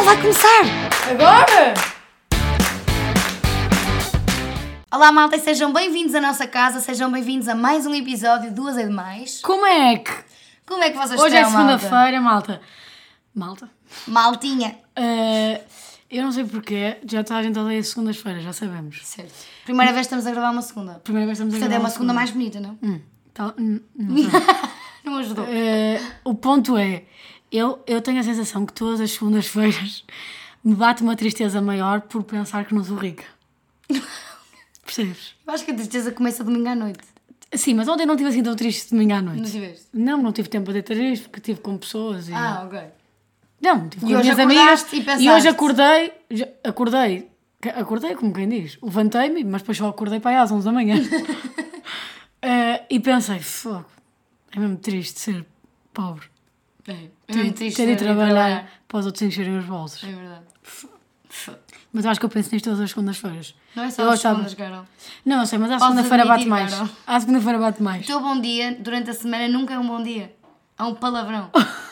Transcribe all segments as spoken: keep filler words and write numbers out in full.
Então vai começar! Agora! Olá malta e sejam bem-vindos à nossa casa, sejam bem-vindos a mais um episódio de Duas é Demais. Como é que? Como é que vocês Hoje estão, é segunda-feira, malta. Malta? Maltinha. Uh, eu não sei porquê, já toda a gente odeia segundas-feiras, já sabemos. Certo. Primeira vez que estamos a gravar uma segunda. Primeira vez que estamos a Portanto gravar é uma segunda mais bonita, não? Hum, tá, hum, não sei. Não ajudou. Uh, o ponto é, eu, eu tenho a sensação que todas as segundas-feiras me bate uma tristeza maior por pensar que não sou rica. Percebes? Eu acho que a tristeza começa domingo à noite. Sim, mas ontem não estive assim tão triste de domingo à noite. Não tiveste? Não, não tive tempo para ter triste porque estive com pessoas e... Ah, ok. Não, tive com E as hoje minhas amigas acordaste e pensaste? e hoje acordei, já- acordei, acordei como quem diz, levantei-me, mas depois só acordei para aí às onze da manhã. Eh, e pensei, fogo, é mesmo triste ser pobre. É, é Ter, mesmo triste ter de ir trabalhar para os outros encherem os bolsos. É verdade. Mas eu acho que eu penso nisto todas as segundas-feiras. Não é só Eu as gostava- segundas, Carol. Não, eu sei, mas à Podes segunda-feira bate admitir, mais. Carol. À segunda-feira bate O mais. teu bom dia durante a semana nunca é um bom dia. É um palavrão.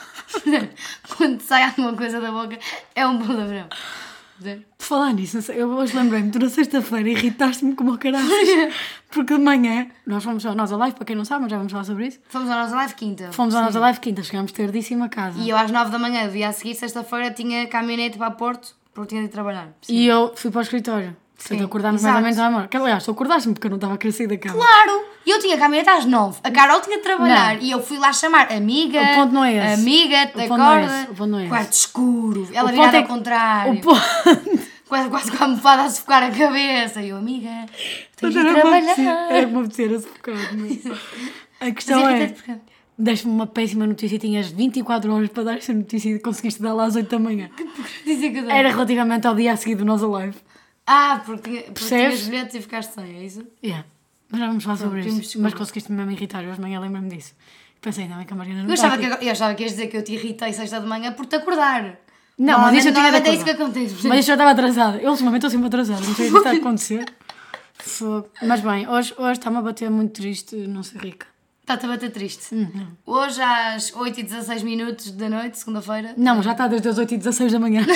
Quando sai alguma coisa da boca, é um palavrão. Por falar nisso, não sei, eu hoje lembrei-me, tu na sexta-feira irritaste-me como o caralho. Porque de manhã, nós fomos à nossa live, para quem não sabe, mas já vamos falar sobre isso. Fomos à nossa live quinta. Fomos à nossa live quinta, chegámos tardíssimo a casa. E eu às nove da manhã, do dia a seguir, sexta-feira, tinha caminhonete para Porto, porque tinha de ir trabalhar. E eu fui para o escritório. Portanto, Sim, acordámos mais ou exato. menos à hora. Que, aliás, tu acordaste-me porque eu não estava a querer sair da cama. Claro! E eu tinha caminhonete às nove. A Carol tinha de trabalhar. E eu fui lá chamar amiga. O ponto não é esse. Amiga, te O ponto não é acorda. esse. O ponto não é esse. Quarto escuro. Ela O virada ponto é ao que- contrário. O ponto... Quase, quase com a almofada a sufocar a cabeça. E eu, amiga, tenho de ir Era para me apetecer- trabalhar. era para me apetecer a sufocar. Mas... A questão Mas é... irrita-te porquê? Deste-me uma péssima notícia e tinhas vinte e quatro horas para dar esta notícia e conseguiste dar lá às oito da manhã. Dizer que eu dei. Era relativamente ao dia a seguir do nosso live. Ah, porque, porque Percebes? tinhas bilhetes e ficaste sem, é isso? Yeah. Mas já vamos falar sobre pedimos isso. desculpa. Mas conseguiste mesmo irritar. Hoje de manhã lembro-me disso. Pensei, ainda bem que a Mariana não Eu está achava, aqui. que, eu achava que ias dizer que eu te irritei sexta de manhã por te acordar. Não, mas isso eu tinha de normalmente é isso que acordar. acontece. Mas eu já estava atrasada. Eu ultimamente estou sempre atrasada. Não sei o que está a acontecer. Fogo. Mas bem, hoje, hoje está-me a bater muito triste não ser rica. Está-te a bater triste. Uhum. Hoje às oito e dezasseis minutos da noite, segunda-feira. Não, mas já está desde as oito e dezasseis da manhã.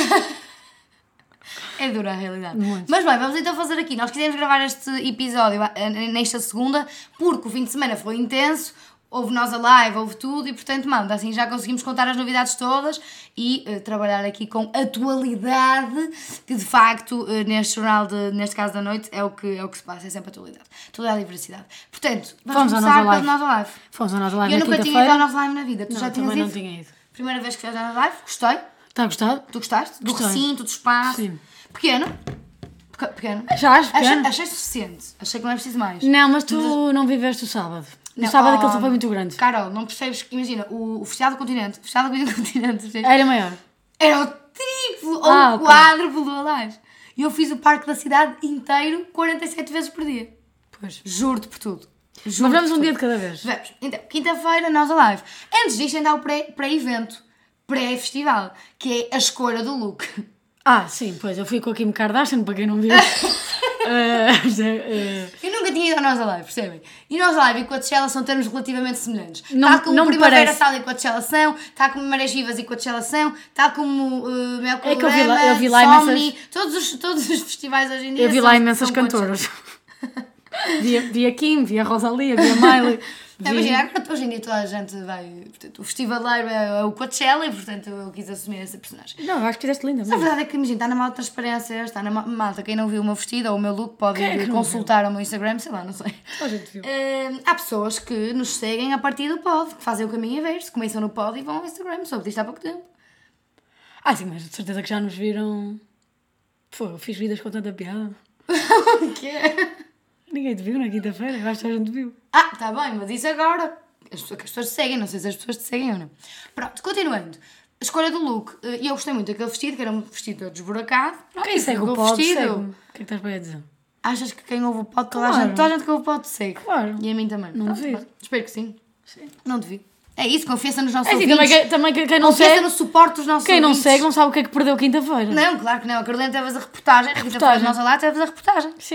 É dura a realidade. Muito. Mas bem, vamos então fazer aqui. Nós quisemos gravar este episódio eh, nesta segunda, porque o fim de semana foi intenso, houve nós a live, houve tudo, e portanto, manda, assim já conseguimos contar as novidades todas e eh, trabalhar aqui com atualidade, que de facto, eh, neste jornal, de, neste caso da noite, é o, que, é o que se passa, é sempre atualidade. Toda a diversidade. Portanto, vamos, Vamos à começar nossa live. pela nossa live. Fomos à nossa live Eu na nunca tinha ido à quinta-feira. nossa live na vida. Tu Não, já tinhas também não ido? tinha ido. Primeira vez que fizeste a live, gostei. Está a gostar? Tu gostaste? Do Gostei. recinto, do espaço. Sim. Pequeno. Peque- Pequeno. Já acho Achei, pequeno? achei suficiente. Achei que não é preciso mais. Não, mas tu não viveste o sábado. Não, O sábado oh, aquele só foi muito grande. Carol, não percebes que, imagina, o, o Festival do Continente, o Festival do Continente, percebes? Era maior. Era o triplo ou Ah, o ok. quádruplo do Alive. E eu fiz o parque da cidade inteiro quarenta e sete vezes por dia. Pois. Juro-te por tudo. Mas Juro-te vamos por um dia tudo. de cada vez. Vamos. Então, quinta-feira, nós a live. Antes disto ainda há o pré- pré-evento, pré-festival, que é a escolha do look. Ah, sim, pois. Eu fui com a Kim Kardashian, para quem não viu. Eh, eh, Eu nunca tinha ido à nossa live, percebem? E nós live e Coachella são termos relativamente semelhantes. Não- tal como não me Primavera parece. Sound e Coachella são, tal como Marés Vivas e Coachella são, tal como uh, Mel É que eu vi lá- eu vi lá Somni, imensas- todos os, todos os festivais hoje em dia eu vi são- lá imensas são cantoras. Coachella. vi, a- vi a Kim, vi a Rosalia, vi a Miley. Não, vi- imagina, agora hoje em dia toda a gente vai... Portanto, o festivaleiro é, é o Coachella e, portanto, eu quis assumir essa personagem. Não, eu acho que fizeste linda. Mas a mesmo. verdade é que, imagina, está na malta transparência, está na ma- malta. Quem não viu o meu vestido ou o meu look pode Quem é ir que não consultar o meu Instagram, sei lá, não sei. Toda a gente viu. Hum, há pessoas que nos seguem a partir do pod, que fazem o caminho inverso, começam no pod e vão ao Instagram, soube disto há pouco tempo. Ah, sim, mas de certeza que já nos viram. Pô, eu fiz vidas com tanta piada. O quê? Ninguém te viu na quinta-feira, eu acho que a gente viu. Ah, está bem, mas isso agora. As pessoas, que as pessoas te seguem, não sei se as pessoas te seguem ou não. Pronto, continuando. A escolha do look. eh, E eu gostei muito daquele vestido, que era um vestido todo desburacado. Pronto, Quem e segue fui o com pod, vestido. segue-me. O que é que estás para aí a dizer? Achas que quem ouve o pod, toda, a Claro. gente, toda a gente que ouve o pod te segue? Claro. E a mim também. Não Pronto, duvido. pronto. Espero que sim. Sim. Não devido. É isso, confiança nos nossos É assim, ouvintes. também, que- também que- quem não Confiança segue, no suporte dos nossos quem não ouvintes. segue não sabe o que é que perdeu quinta-feira. Não, claro que não. A Carolina teve a reportagem. A Rita Reportagem. foi a nossa lá, teve a reportagem. Sim.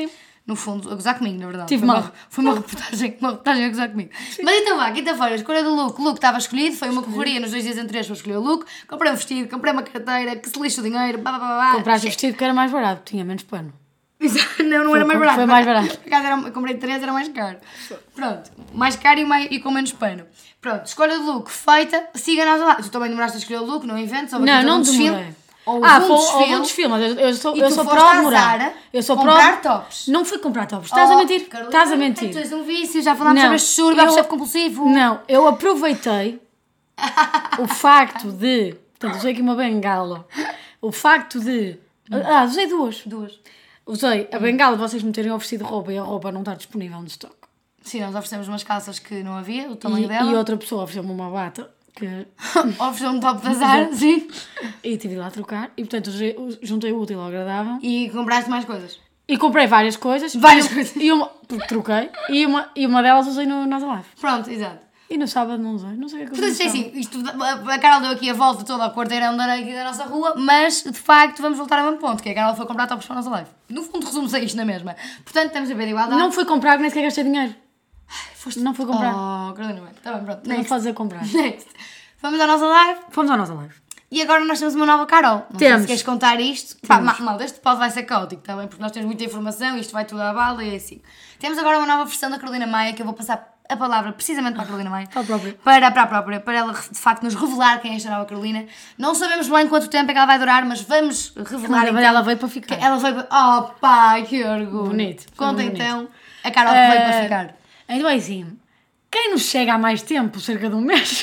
no fundo, a gozar comigo, na verdade. Tive foi, mal. uma, foi uma reportagem, uma reportagem a gozar comigo. Mas então vá, quinta-feira, a escolha do look. O look estava escolhido, foi uma correria nos dois dias anteriores para escolher o look. Comprei um vestido, comprei uma carteira, que se lixa o dinheiro, blá blá blá blá. Compraste o vestido que era mais barato, tinha menos pano. Exato, não, não Foi era mais com- barato. foi mais barato. Por acaso era, eu comprei três, era mais caro. Pronto, mais caro e, mais, e com menos pano. Pronto, escolha do look feita, siga nós lá. Tu também demoraste a escolher o look, não inventes? Houve Não, aqui todo não um desfile. demorei. Houve Ah, um foi desfile. houve um desfile, mas eu, eu sou, E eu tu sou foste pró à de demorar. Zara Eu sou comprar pró... tops. Não fui comprar tops, estás a Oh, mentir, Carolina, estás a Tu mentir. és um vício, já falámos Não, sobre este churro, eu- obsessivo compulsivo. Não, eu aproveitei o facto de... Portanto, usei aqui uma bengala. O facto de... Ah, usei duas. Duas. Usei a bengala de vocês me terem oferecido roupa e a roupa não estar disponível no estoque. Sim, nós oferecemos umas calças que não havia, o E, tamanho dela. e outra pessoa ofereceu-me uma bata que... Ofereceu um top da Zara, sim. E tive de lá trocar. E, portanto, usei- juntei o útil ao agradável. E compraste mais coisas. E comprei várias coisas. Várias e, coisas. E uma... porque troquei. E uma, e uma delas usei no Nós Alive. Pronto, exato. E no sábado não usei. Não sei o que é que eu Portanto, usei isto é no assim, isto, a a Carol deu aqui a volta toda ao quarteirão da areia aqui da nossa rua, mas de facto vamos voltar ao mesmo ponto, que é a Carol foi comprar tops para a nossa live. No fundo resume-se a isto na mesma. Portanto, estamos a ver de igualdade. sábado. Não foi comprar, nem sequer gastei dinheiro. foste... Não foi comprar. Oh, Carolina, bem. Está bem, pronto. Não Next. fazer comprar. Next. Vamos à nossa live. Fomos à Nós Alive. E agora nós temos uma nova Carol. Não sei Temos. se queres contar isto. Pá, ma- mal, este pod vai ser caótico, está bem? Porque nós temos muita informação e isto vai tudo à bala e é assim. Temos agora uma nova versão da Carolina Maia, que eu vou passar a palavra precisamente para a Carolina Maia. Para a própria. Para, para a própria, para ela de facto nos revelar quem é esta nova Carolina. Não sabemos bem quanto tempo é que ela vai durar, mas vamos revelar Mas então. ela veio para ficar. que Ela veio para... Oh pai, que orgulho. Bonito, foi Conta bonito. então a Carol que veio para Eh, ficar. Então é assim, quem nos chega há mais tempo, cerca de um mês,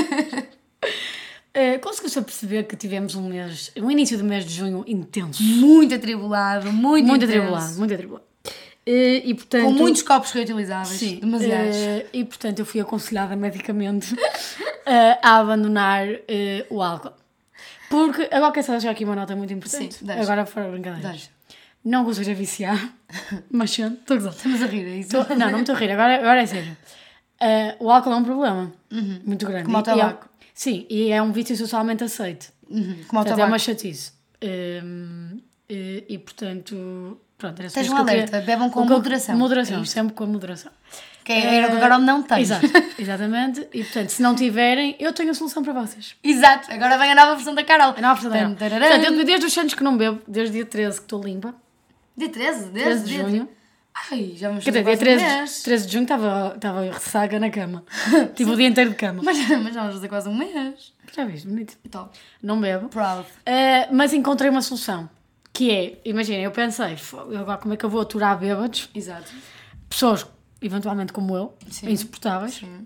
eh, conseguiu-se a perceber que tivemos um mês, um início do mês de junho intenso. Muito atribulado, muito Muito intenso. atribulado, muito atribulado. Eh, E, portanto, Com muitos copos reutilizáveis. Sim, Demasiados. eh, e portanto eu fui aconselhada medicamente eh, a abandonar eh, o álcool. Porque, agora quero só deixar aqui uma nota muito importante. Sim, deixa. Agora fora brincadeiras. Deixa. Não que eu seja viciar, mas sim, estou a gozar. Estamos a rir, é isso? Tô- Não, não me estou a rir, agora, agora é sério. Eh, o álcool é um problema muito grande. Como o E- e é- tabaco. sim, e é um vício socialmente aceito. Uhum, como ao Portanto, é tabaco. uma chatice. Ehm, e, e, portanto, pronto, era só Tens isto um que eu queria- alerta, bebam com o que eu- moderação. Moderação, É isto. sempre com a moderação. Que é era o que a Carol não tem. Exato, exatamente. E portanto, se não tiverem, eu tenho a solução para vocês. Exato. Agora vem a nova versão da Carol. A nova versão da Tan, Carol. tararã. Portanto, eu desde os anos que não bebo, desde dia treze que estou limpa, Dia treze, treze desde de junho. Ai, já vamos Quer fazer dizer, dia quase um treze, mês. treze de junho estava, estava ressaca na cama. Tive o dia inteiro de cama. Mas, mas já vamos fazer quase um mês. Já viste, bonito. Top. Não bebo. Proud. Uh, mas encontrei uma solução. Que é, imagina, eu pensei, "Fogo, agora como é que eu vou aturar bêbados? Exato. Pessoas, eventualmente como eu, Sim. insuportáveis. Sim.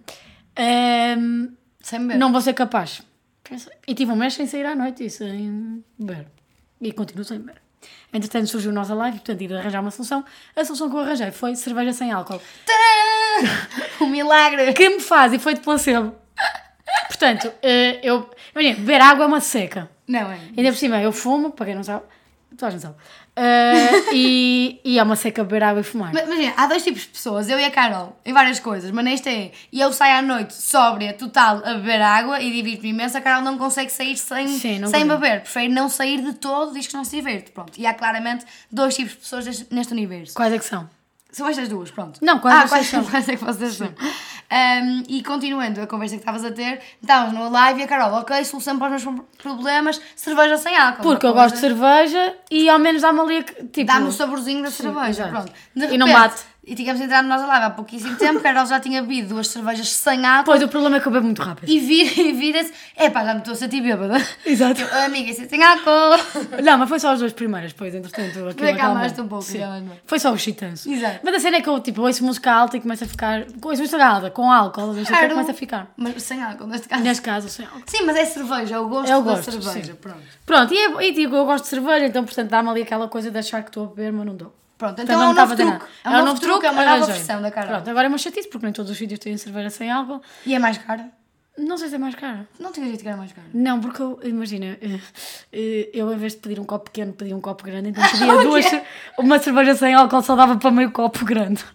Um, Sem beber. não vou ser capaz. Pensei- E tive um mês sem sair à noite e sem beber. E continuo sem beber. Entretanto surgiu a nossa live, portanto tive de arranjar uma solução. A solução que eu arranjei foi cerveja sem álcool. Tadã! Um milagre. Que me faz efeito placebo. Portanto, eh, eu... Imagina, beber água é uma seca. Não, é. Ainda por cima, eu fumo, para quem não sabe, tu não sabe. Eh, e, e é uma seca beber água e fumar. Mas imagina, há dois tipos de pessoas, eu e a Carol, em várias coisas, mas nesta é, e eu saio à noite sóbria, total, a beber água e divirto-me imenso, a Carol não consegue sair sem, Sim, não sem consigo. beber, prefere não sair de todo, diz que não se diverte, pronto. E há claramente dois tipos de pessoas neste, neste universo. Quais é que são? São estas duas, pronto. Não, quais ah, vocês quais, são? quais é que vocês são? Um, e continuando a conversa que estavas a ter, estávamos numa live e a Carol, ok, solução para os meus problemas, cerveja sem álcool. Porque Uma eu gosto de coisa- cerveja e ao menos dá-me ali, a- tipo... Dá-me o saborzinho da cerveja, exato. pronto. De E não repente, bate. E tínhamos entrado nós a live há pouquíssimo tempo, a Carol já tinha bebido duas cervejas sem álcool Pois, o problema é que eu bebo muito rápido. e vira- e vira-se, epá, já me estou a sentir bêbada. Exato. Eu, amiga, isso é sem álcool. Não, mas foi só as duas primeiras, depois, entretanto, aquilo acalmaste acalmou. um pouco, Sim. já, não é? Foi só o excitanço. Exato. Mas a cena é que eu, tipo, ouço música alta e começo a ficar... Ouço música alta, com álcool, deixa Claro. que começa a ficar. Mas sem álcool, neste caso. Neste caso, sem álcool. Sim, mas é cerveja, é o gosto É o da gosto, cerveja, sim. pronto. Pronto, e, é, e digo, eu gosto de cerveja, então, portanto, dá-me ali aquela coisa de achar que estou a beber, mas não dou. Pronto, Portanto, então não é um me estava novo a dizer truque. nada. É um novo truque, é uma nova arranjei. versão da Carol. Pronto, agora é uma chatice, porque nem todos os sítios têm cerveja sem álcool. E é mais cara? Não sei se é mais caro. Não tinha jeito que era mais cara. Não, porque eu, imagina, eh, eh, eu em vez de pedir um copo pequeno, pedi um copo grande, então pedia O duas, quê? cer- uma cerveja sem álcool só dava para meio copo grande.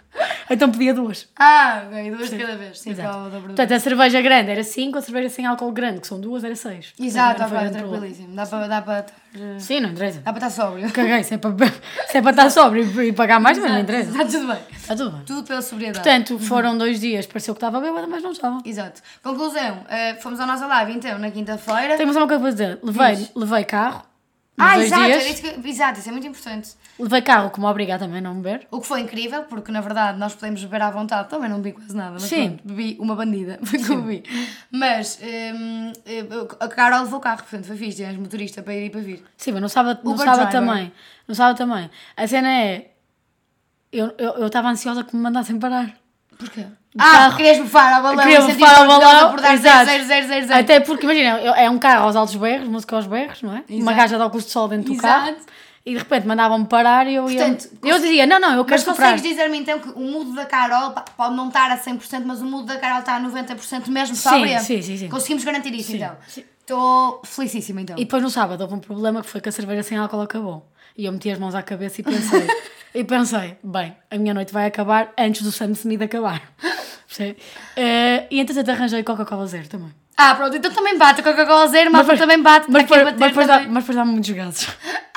Então pedia duas. Ah, ok, duas de cada vez. Sim, Exato. ficava o dobro do Portanto, a cerveja grande era cinco, a cerveja sem álcool grande, que são duas, era seis. Exato, Portanto, não foi ok, grande problema. tranquilíssimo. Dá para dá para estar- Sim, não interessa. dá para estar sóbrio. Caguei, se é para, se é para estar sóbrio e pagar mais, mas não interessa. Está tudo bem. Está tudo bem. Tudo pela sobriedade. Portanto, foram dois dias, pareceu que estava bêbada, mas não estava. Exato. Conclusão, eh, fomos à nossa live então na quinta-feira. Tenho só uma coisa para dizer. Levei, Diz. levei carro. nos Ah, dois exato, dias. era isso que- exato, isso é muito importante. Levei carro, como obrigar também a não beber. O que foi incrível, porque na verdade nós podemos beber à vontade, também não bebi quase nada, mas Sim. pronto, bebi uma bandida, foi o que eu bebi. Mas hum, a Carol levou o carro, portanto foi fixe, tivemos motorista para ir e para vir. Sim, mas no sábado, no Uber sábado driver. também. No sábado também. A cena é. Eu estava eu, estava ansiosa que me mandassem parar. Porquê? De Ah, carro. querias bufar ao balão Queria e sentir bufar ao orgulhosa balão, por dar exato. zero zero zero zero. Até porque, imagina, eu- é um carro aos altos berros, música aos berros, não é? Uma Exato. gaja de óculos de sol dentro do Exato. carro. E de repente mandavam-me parar e eu ia. Portanto, eu dizia, não, não, eu quero Mas soprar. consegues dizer-me então que o mood da Carol pá, pode não estar a cem por cento, mas o mood da Carol está a noventa por cento mesmo Sim, sóbria? sim, sim, sim. Conseguimos garantir isso Sim, então? sim. Estou felicíssima então. E depois no sábado houve um problema que foi que a cerveja sem álcool acabou. E eu meti as mãos à cabeça e pensei, e pensei, bem, a minha noite vai acabar antes do Sam Smith acabar. Percebe? Eh, e entretanto arranjei Coca-Cola zero também. Ah, pronto, então também bate a Coca-Cola zero, mas depois- também bate. Mas Está aqui a depois, bater mas depois dá- também. mas depois dá-me muitos gases.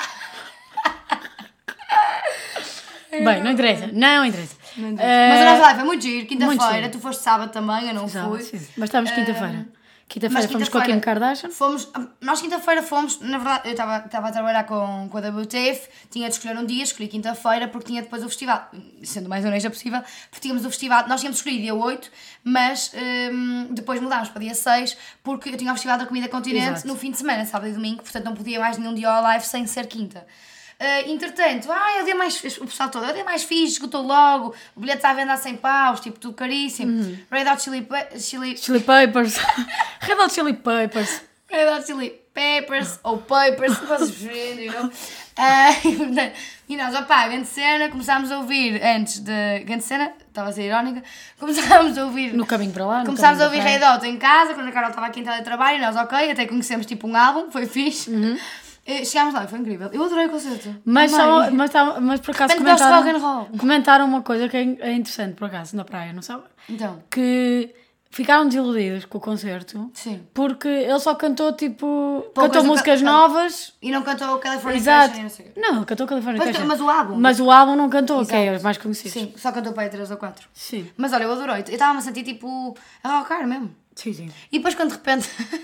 Bem, não interessa, não interessa. Não interessa. Eh, Mas a nossa live foi muito giro, muito quinta-feira, giro. tu foste sábado também, eu não Sábado, fui. sim. Mas estávamos quinta-feira. Quinta-feira Mas fomos com a Kim quinta-feira Kardashian. Fomos, nós quinta-feira fomos, na verdade, eu estava estava a trabalhar com, com a W T F, tinha de escolher um dia, escolhi quinta-feira porque tinha depois o festival, sendo o mais honesta possível, porque tínhamos o festival, nós tínhamos escolhido dia oito, mas hum, depois mudámos para dia seis porque eu tinha o Festival da Comida Continente Exato. no fim de semana, sábado e domingo, portanto não podia mais nenhum dia ao live sem ser quinta. Uh, entretanto, ah, é o dia mais, o pessoal todo, é o dia mais fixe, esgotou logo, o bilhete está a vender a cem paus, tipo, tudo caríssimo. Uhum. Red Hot Chili, Pe- Chili, Chili Peppers. Red Hot Chili Peppers. Red Hot Chili Peppers ou Papers, se vocês preferirem, you know? Ah, e, portanto, e nós, opá, grande cena, começámos a ouvir antes de. Grande cena, estava a ser irónica, começámos a ouvir. No caminho para lá. no Começámos a caminho ouvir da praia. Red Hot em casa, quando a Carol estava aqui em teletrabalho, e nós, ok, até conhecemos tipo um álbum, foi fixe. Uhum. Eh, Chegámos lá, foi incrível. Eu adorei o concerto. Mas, Amei. só, mas, tá- mas por acaso Depende do rock and comentaram, roll. comentaram uma coisa que é in- é interessante, por acaso, na praia, não sabe? Então, Que ficaram desiludidos com o concerto sim. porque ele só cantou tipo. Poucas cantou do músicas ca- novas. E não cantou o California Exato. e não sei o quê. Não, ele cantou California Pois, Cation. mas o álbum. Mas o álbum não cantou, que é Exato. os mais conhecidos. Sim, só cantou para aí três ou quatro. Sim. Mas olha, eu adorei. Eu estava-me a sentir tipo a rockar mesmo. Sim, sim. E depois quando de repente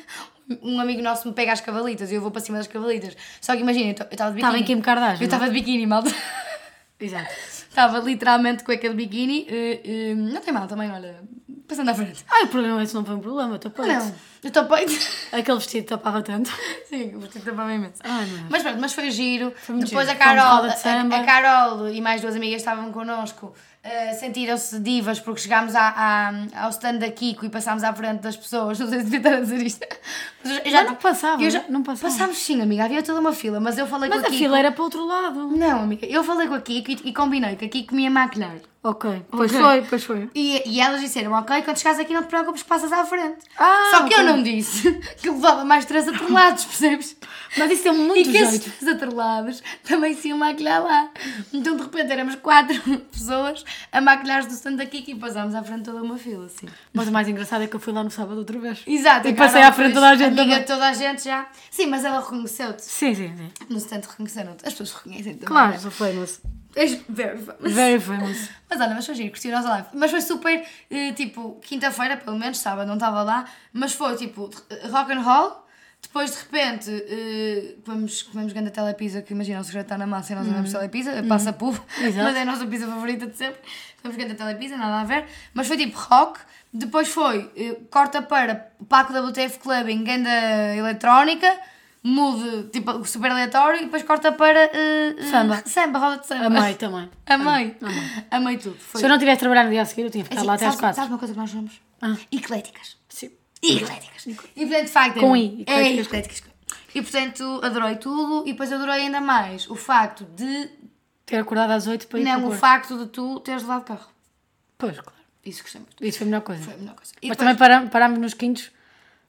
um amigo nosso me pega as cavalitas e eu vou para cima das cavalitas. Só que imagina, eu estava de biquíni. Estava em Kim Kardashian. Eu estava de biquíni, malta. Exato. Estava literalmente com aquele biquíni. eh, eh, não tem mal também, olha. Passando à frente. Ah, o problema esse não foi um problema, eu tapei. Não, eu estou peito. Aquele vestido tapava tanto. Sim, o vestido estava imenso. Ai, meu Deus. Mas pronto, mas foi giro. muito Depois giro. a Carol, Fomos roda de a, samba. a Carol e mais duas amigas estavam connosco. Uh, sentiram-se divas porque chegámos à, à, ao stand da Kiko e passámos à frente das pessoas. Não sei se devia estar a dizer isto. Mas, eu Mas não passava, eu já, não passava. Passámos sim, amiga. Havia toda uma fila, mas eu falei Mas com a a Kiko. fila era para o outro lado. Não, amiga. Eu falei com a Kiko e, e combinei que a Kiko me ia maquilhar. Ok, pois Ok. foi, pois foi. E, e elas disseram, ok, quando chegares aqui não te preocupes que passas à frente. Ah, Só que ok. eu não disse que levava mais três atrelados, percebes? Mas isso deu muito E que esses jeito. três atrelados também se iam maquilhar lá. Então de repente éramos quatro pessoas a maquilhar-se do stand da Kiki e passámos à frente toda uma fila, assim. Mas o mais engraçado é que eu fui lá no sábado outra vez. Exato. E a Carol passei à frente depois, toda a gente amiga também. de toda a gente já. Sim, mas ela reconheceu-te. Sim, sim, sim. No stand reconheceram-te. As pessoas reconhecem também. Claro, né? sou famous. És very famous. Very famous. Mas olha, mas foi giro, curti a nossa live. Mas foi super, eh, tipo, quinta-feira, pelo menos, sábado, não estava lá, mas foi tipo rock and roll. Depois de repente eh, comemos, comemos grande telepizza, que imagina, o segredo está na massa e nós amamos telepizza, passa pulpo, Exato. mas é a nossa pizza favorita de sempre. Comemos grande telepizza, nada a ver. Mas foi tipo rock. Depois foi eh, corta para Paco da W T F Clubbing, ganda eletrónica. Mude, tipo, super aleatório e depois corta para uh, Samba. samba, roda de samba. Amei também. Amei. Amei tudo. Foi. Se eu não tivesse trabalhado no dia a seguir, eu tinha ficado Assim, lá até às sabes, quatro. sabes uma coisa que nós somos? Ah. Ecléticas. Sim. Ecléticas. E portanto, de facto... Com é- I, É, ecléticas. ecléticas. E portanto, adorei tudo e depois adorei ainda mais o facto de... Ter acordado às oito para ir para Não, o o Porto. facto de tu teres levado carro. Pois, claro. Isso gostei muito. Isso foi a melhor coisa. Foi a melhor coisa. E Mas depois- também param- parámos nos quintos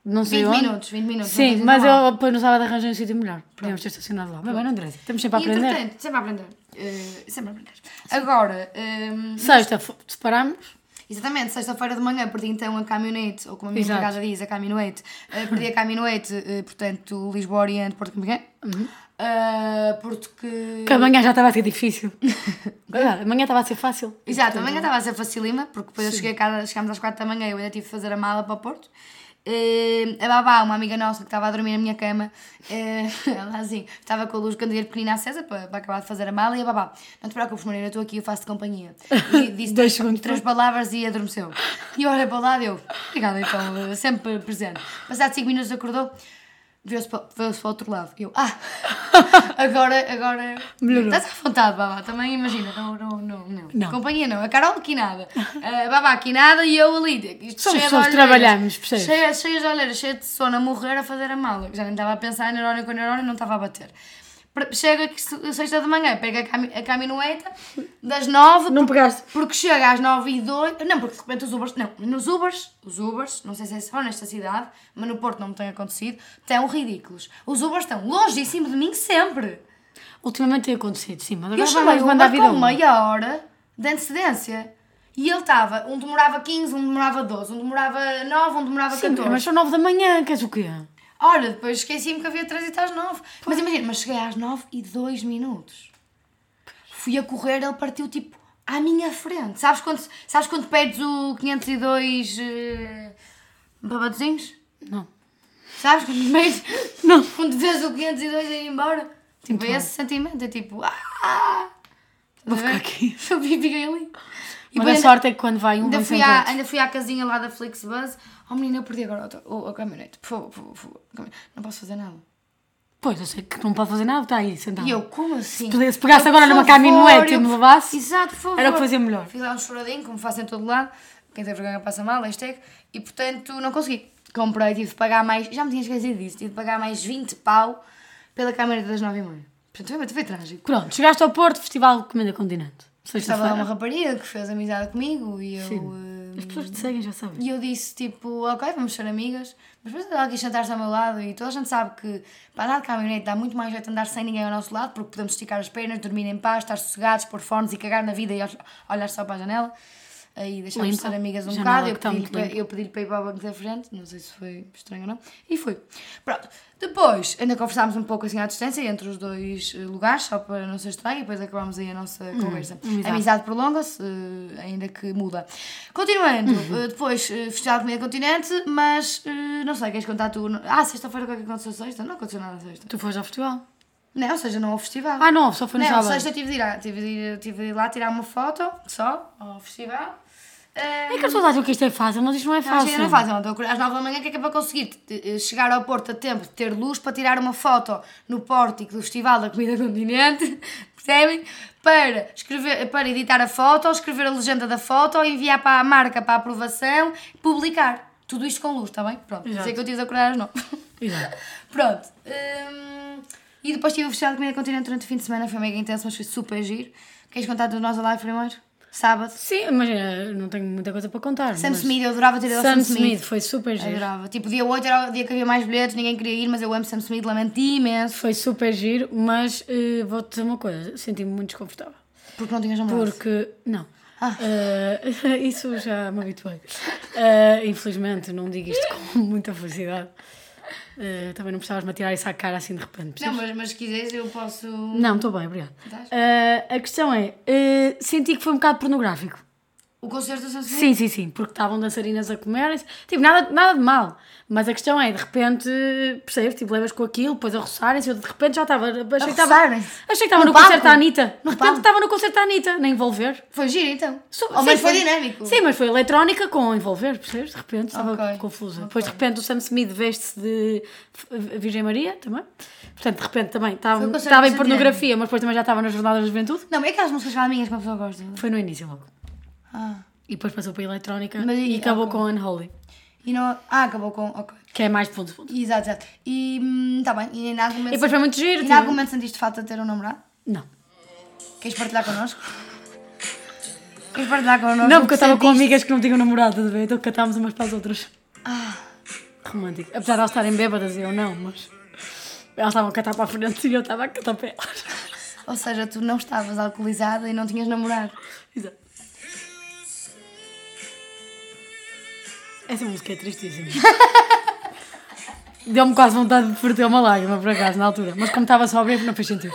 não sei vinte onde. minutos, vinte minutos. Sim, não mas mal. eu depois no sábado arranjei um sítio melhor. Podíamos ter estacionado lá. Mas bem, não interessa. Estamos sempre a E, aprender. entretanto, sempre a aprender. Uh, sempre a aprender. Agora, um, Sexta, f- separámos. exatamente, sexta-feira de manhã perdi então a caminhonete, ou como a minha Exato. empregada diz, a caminhonete. Uh, perdi a caminhonete, uh, portanto, Lisboa Oriente, Porto Campeão. Uhum. Uh, porque... Que amanhã já estava a ser difícil. Verdade, amanhã estava a ser fácil. Exato, amanhã estava a ser facilima, porque depois eu cheguei a casa, chegámos às quatro da manhã e eu ainda tive que fazer a mala para o Porto. Uh, a babá, uma amiga nossa que estava a dormir na minha cama, uh, ela assim, estava com a luz do candeeiro pequenina acesa para, para acabar de fazer a mala e a babá, não te preocupes, Marina, eu estou aqui, eu faço-te companhia. E disse Dois três, segundos. três palavras e adormeceu. E eu olhei para o lado e eu, obrigada, então, uh, sempre presente. Passados cinco minutos acordou, viu-se para, viu-se para o outro lado. E eu, ah, agora, agora, Melhorou. estás à vontade, babá, também imagina, não, não, não, não. Não. Companhia não, a Carol aqui nada, a babá aqui nada e eu ali, isto Somos cheia de pessoas que olheiras, trabalhamos, percebes? cheia, cheia de olheiras, cheia de sono, a morrer a fazer a mala, já nem estava a pensar em neurónio com neurónio, não estava a bater. Chega aqui se- sexta de manhã, pega a, cami a caminhoneta das nove, Não pegaste? porque chega às nove e dois, não, porque de repente os Ubers, não, nos Ubers, os Ubers, não sei se é só nesta cidade, mas no Porto não me tem acontecido, estão ridículos. Os Ubers estão longíssimo de mim sempre. Ultimamente tem acontecido, sim, mas Eu agora chamei vamos o mandar a Uber vida com ao meia hora de antecedência. E ele estava, um demorava quinze, um demorava doze, um demorava nove, um demorava Sim, catorze. mas são nove da manhã, queres o quê? Ora, depois esqueci-me que havia trânsito às nove. Mas imagina, mas cheguei às nove e dois minutos. Fui a correr, ele partiu tipo à minha frente. Sabes quando, sabes quando perdes o quinhentos e dois uh, babadozinhos? Não. Sabes quando perdes? Não. Quando vês o quinhentos e dois a ir embora? Tipo, é esse sentimento, é tipo, ah! Vou ficar aqui. Eu fiquei ali. E Mas depois a sorte é que quando vai um, Ainda vem fui, sempre à, outro. ainda fui à casinha lá da Flixbus. Oh menina, eu perdi agora outra- o- a caminhonete. Por favor, por favor, por favor. Caminhonete. Não posso fazer nada. Pois, eu sei que não pode fazer nada, está aí, sentado. E eu, como assim? Se se pegasse Eu, agora por numa favor, caminhonete e eu- me levasse, Exato, por favor. era o que fazia melhor. Fiz lá um choradinho, como faço em todo lado. Quem tem vergonha passa mal, hashtag. E portanto, não consegui. Comprei, tive de pagar mais. Já me tinha esquecido disso. Tive de pagar mais vinte pau pela caminhonete das nove e meia. Portanto, foi, foi trágico. Pronto, chegaste ao Porto, Festival de Comida Continente. Estava lá uma Sexta-feira. rapariga que fez amizade comigo e eu. Sim. eh, As pessoas que te seguem já sabem. E eu disse tipo, ok, vamos ser amigas, mas depois ela quis sentar-se ao meu lado e toda a gente sabe que para andar de caminhonete dá muito mais jeito andar sem ninguém ao nosso lado, porque podemos esticar as pernas, dormir em paz, estar sossegados, pôr fones e cagar na vida e ol- olhar só para a janela. Aí deixámos de Limpa. ser amigas um Janela bocado, que eu está pedi-lhe muito para, limpa. eu pedi-lhe para ir para o banco da frente, não sei se foi estranho ou não, e foi. Pronto, depois ainda conversámos um pouco assim à distância entre os dois eh, lugares, só para não ser estranho, e depois acabámos aí a nossa conversa. amizade. A amizade prolonga-se, eh, ainda que muda. Continuando, eh, depois eh, Festival de Comida Continente, mas eh, não sei, queres contar tu? Ah, sexta-feira o que é que aconteceu sexta? Não aconteceu nada sexta. Tu foste ao festival? Não, ou seja, não ao festival. Ah, não, só foi no Não, sábado. sexta eu tive de ir, lá- tive de ir, tive de ir lá tirar uma foto, só, ao festival. É que as pessoas acham que isto é fácil, mas isto não é Não, fácil. chega, não é fácil, não. Estou a acordar às nove da manhã, que é que é para conseguir eh, chegar ao Porto a tempo de ter luz para tirar uma foto no pórtico do Festival da Comida Continente, percebem? Para, escrever, para editar a foto, escrever a legenda da foto, enviar para a marca para a aprovação, publicar. Tudo isto com luz, está bem? Pronto, Exato. sei que eu tive de acordar às nove. Exato. Pronto. hum, e depois tive o Festival de Comida Continente durante o fim de semana, foi mega intenso, mas foi super giro. Queres contar do Nós Alive primeiro? Sábado. Sim, imagina, não tenho muita coisa para contar. Sam mas... Smith, eu adorava ter ido ao Sam Sam Smith, Smith. foi super giro. Adorava. Tipo, dia oito era o dia que havia mais bilhetes, ninguém queria ir, mas eu amo Sam Smith, lamento imenso. Foi super giro, mas eh, vou-te dizer uma coisa, senti-me muito desconfortável. Porque não tinhas namorado. Porque, não. Ah. Eh, isso já me habituei. Eh, infelizmente, não digo isto com muita felicidade. Eh, também não precisavas-me atirar isso à cara assim de repente. Não, percebes? mas, mas se quiseres eu posso... Não, estou bem, obrigada. Estás? Eh, a questão é, eh, senti que foi um bocado pornográfico. O concerto do Sam Smith? Sim, sim, sim, porque estavam dançarinas a comerem-se. Tipo, nada, nada de mal. Mas a questão é, de repente, percebes? Tipo, levas com aquilo, depois a roçarem-se. Eu de repente já estava. Achei que estava. roçarem-se? Achei que estava No no, concerto palco? da Anitta. De No repente palco? estava no concerto da Anitta, na Envolver. Foi giro então? So- Ou sim, mas foi dinâmico? Sim, mas foi eletrónica com Envolver, percebes? De repente estava Ok, confusa. ok. Depois de repente o Sam Smith veste-se de F- Virgem Maria também. Portanto, de repente também estava, Foi o concerto estava do em Sam pornografia, mas depois também já estava nas jornadas da juventude. Não, é aquelas músicas calminhas que uma pessoa gosta. Foi no início logo. Ah. E depois passou para a eletrónica Mas e, e- acabou ok. com Unholy, E não... Ah, acabou com... Ok. que é mais de fundo de fundo. Exato, exato. E está bem. E em algum momento... E depois foi muito giro. E em tipo- algum momento sentiste falta de ter um namorado? Não. Queres partilhar connosco? Queres partilhar connosco? Não, o porque eu que estava com sentiste? amigas que não tinham namorado, estás a ver? Então cantámos umas para as outras. Romântico. Apesar de elas estarem bêbadas e eu não, mas... Elas estavam a cantar para a frente e eu estava a cantar para elas. Ou seja, tu não estavas alcoolizada e não tinhas namorado. Exato. Essa música é tristíssima. Deu-me quase vontade de verter uma lágrima, por acaso, na altura. Mas como estava só a ver, não fez sentido.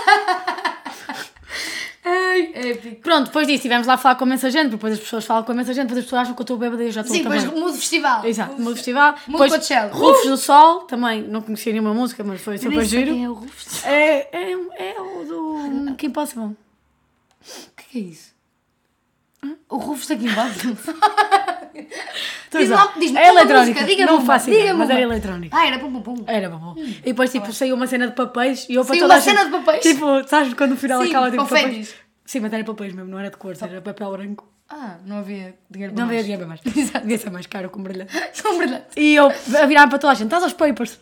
Ai, épico. Pronto, depois disso estivemos lá a falar com imensa gente, depois as pessoas falam com imensa gente, depois as pessoas acham que eu estou bêbada e eu já estou Sim, também. depois mudo o festival. Exato, mudo o festival. Mudo Depois Coachella. Rufos do Sol, também não conhecia nenhuma música, mas foi super Nem sei giro. quem é o Rufus. É, é, é o do Kim Possible. O que, que é isso? O Rufus daqui embaixo. Diz-me lá, diz-me É uma eletrónica, música, diga-me não uma, faço ideia, diga-me mas era uma. eletrónica. Ah, era pum pum pum. Era bom. Hum. E depois tipo, saiu uma cena de papéis e eu para Saiu toda uma a gente- cena de papéis? Tipo, sabes quando no final Sim, acaba tipo confetes. papéis? Sim, mas era papéis mesmo, não era de cor, era papel branco. Ah, não havia dinheiro para Não mais. havia dinheiro para mais. Exato. Devia ser mais caro com brilhante. São brilhantes. E eu a virar para toda a gente, estás aos papers.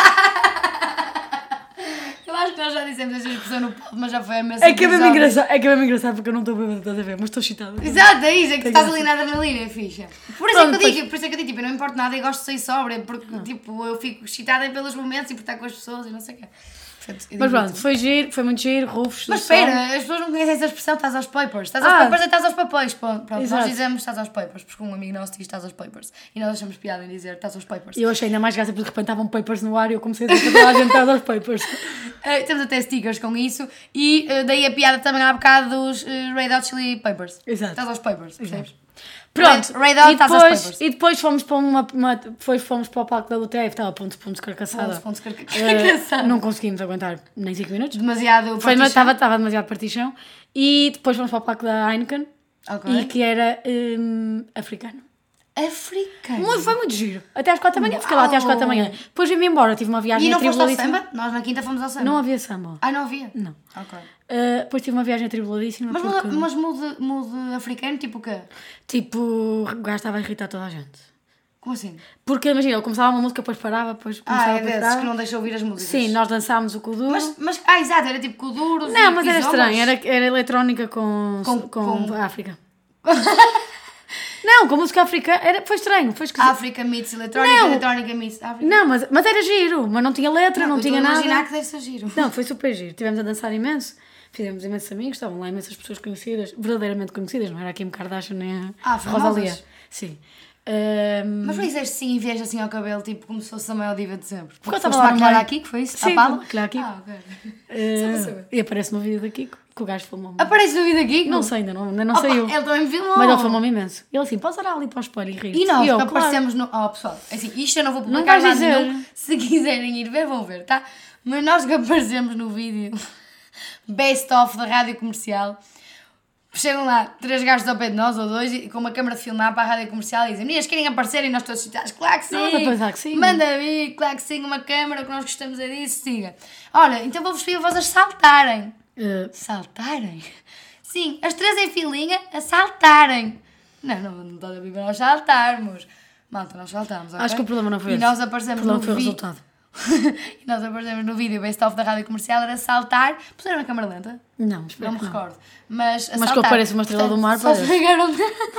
Eu acho que nós já dissemos esta expressão no pod, mas já foi a mesma. É que é mesmo engraçado, é que é mesmo engraçado porque eu não estou bêbada, estás a ver, mas estou excitada. Exato, é isso, é que tu estás graça. ali na adrenalina, é fixe. Por isso Pronto, é que eu digo, depois- por isso é que eu digo, tipo, eu não importa nada e gosto de sair sóbria, porque tipo, eu fico excitada pelos momentos e por estar com as pessoas e não sei o quê. Portanto, eu Mas digo pronto, isso. foi giro, foi muito giro, Rufos. Mas do Sol. espera, as pessoas não conhecem essa expressão, estás aos papers. Estás aos Ah. papers e estás aos papéis. Pronto, pronto, nós Exato. dizemos estás aos papers, porque um amigo nosso diz estás aos papers. E nós achamos piada em dizer estás aos papers. E eu achei ainda mais graça porque de repente estavam papers no ar e eu comecei a dizer para toda a gente estás aos papers. Eh, temos até stickers com isso e eh, daí a piada também há bocado dos uh, Red Hot Chili Papers. Exato. Estás aos papers, percebes? Pronto, Red, Red Hot, e, estás aos depois, papers. e depois fomos para uma, uma depois fomos para o palco da U T F, estava ponto ponto descarcaçada. Pontos, pontos, carca- Eh, carcaçada. não conseguimos aguentar nem cinco minutos. Demasiado Foi, partição. estava, estava demasiado partição. E depois fomos para o palco da Heineken Ok. e que era hum, africano. Africano. Muito, foi muito giro. Até às quatro da manhã, fiquei lá até às quatro da manhã. Depois vim-me embora, tive uma viagem E não foste ao atribuladíssima. samba? Nós na quinta fomos ao samba. Não havia samba. Ah, não havia? Não. Ok. Uh, depois tive uma viagem atribuladíssima. Mas, porque, muda, mas mude, mude africano, tipo o quê? tipo, o gajo estava a irritar toda a gente. Como assim? Porque imagina, ele começava uma música, depois parava, depois Ah, começava é depois desses parava. que não deixa ouvir as músicas. Sim, nós dançámos o Kuduro. Mas, mas, ah, exato, era tipo Kuduros Não, e mas era Kizomas. estranho, era, era eletrónica com, Com- com, com- África. Não, com música africana, era, foi estranho, foi esquisito. África meets eletrónica, Não. eletrónica meets África. Não, mas, mas era giro, mas não tinha letra, não, eu tinha estou a nada. imaginar que deve ser giro. Não, foi super giro. Estivemos a dançar imenso, fizemos imensos amigos, estavam lá imensas pessoas conhecidas, verdadeiramente conhecidas, não era a Kim Kardashian nem a Ah, famosas? Rosalia. Sim. Ahm, Mas foi disseste sim e vieste assim ao cabelo, tipo como se fosse a maior diva de sempre. Porque eu Foste estava lá no maquilhar meio. aqui, que foi isso? Sim, à pala? fui maquilhar aqui. Ah, ok. ah, para saber. e aparece no vídeo daqui que o gajo filmou-me. Aparece no vídeo aqui? Não sei, ainda não, ainda não Opa, saiu. ele também me filmou. Mas ele filmou-me imenso. Ele assim, podes olhar ali para o espelho e rir. E nós, eu, que claro. aparecemos no... Oh, pessoal, assim, isto eu não vou Não publicar vais nada dizer. nenhum. Se quiserem ir ver, vão ver, tá? Mas nós que aparecemos no vídeo best of da rádio comercial, chegam lá três gajos ao pé de nós, ou dois, e com uma câmara de filmar para a rádio comercial e dizem, meninas, querem aparecer? E nós todos citados, claro que sim! Nós a pensar que sim. Manda vir, claro que sim, uma câmara, o que nós gostamos é disso, siga. Olha, então vou-vos pedir a vocês saltarem. Ah, Saltarem? Sim, as três em filinha a saltarem. Não, não, não está a vir para nós saltarmos. Malta, nós saltamos, ok? Acho que o problema não foi E esse. nós aparecemos O problema no foi o vídeo. resultado. E nós aparecemos no vídeo best of da rádio comercial, era saltar. Puseram a câmara lenta? Não, espero Não me que não. recordo. Mas, a Mas que saltar. eu pareço uma estrela do mar, Só se parece. pegaram.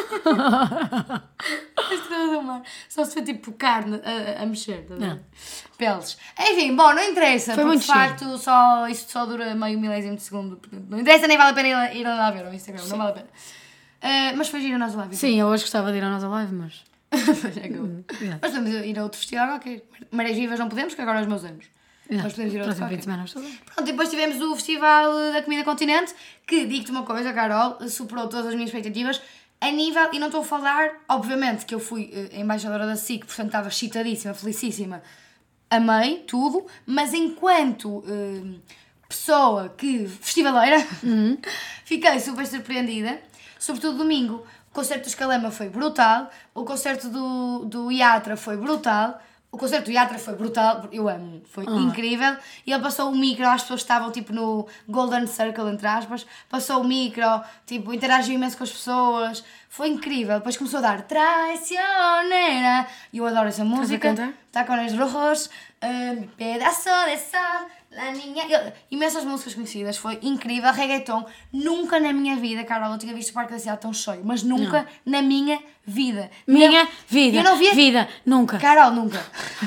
A estrela do mar. Só se foi tipo carne a, a mexer. Tá a ver? Não. Peles. Enfim, bom, não interessa. Foi porque muito de facto só, isto só dura meio milésimo de segundo. Portanto, não interessa, nem vale a pena ir, ir lá ver ao Instagram. Não vale a pena. Ah, mas foi giro a nossa live. Sim, eu hoje gostava de ir à nossa live, mas... Pois é que eu- Hum, yeah. Mas podemos ir a outro festival qualquer. Marés Vivas não podemos, que agora é os meus anos. Yeah. Mas podemos ir a outro Próximo fim qualquer. de semana estou bem. Pronto, e depois tivemos o Festival da Comida Continente, que, digo-te uma coisa, Carol, superou todas as minhas expectativas, a nível, e não estou a falar, obviamente, que eu fui eh, embaixadora da S I C, portanto estava excitadíssima, felicíssima, amei tudo, mas enquanto eh, pessoa que, festivaleira, fiquei super surpreendida, sobretudo domingo. O concerto do Escalema foi brutal, o concerto do, do Iatra foi brutal, o concerto do Iatra foi brutal, eu amo, foi incrível, e ele passou o micro, as pessoas estavam tipo no Golden Circle, entre aspas, passou o micro, tipo, interagiu imenso com as pessoas, Foi incrível. Depois começou a dar Traicionera. E eu adoro essa música. cantar? Tacones Rojos, um, Pedaço de Sal, La Niña. Eu, imensas músicas conhecidas. Foi incrível. Reggaeton. Nunca na minha vida, Carol, eu tinha visto o Parque da Cidade tão cheio. Mas nunca não. na minha vida. Minha não, vida. Eu não via... Vida. Nunca. Carol, nunca.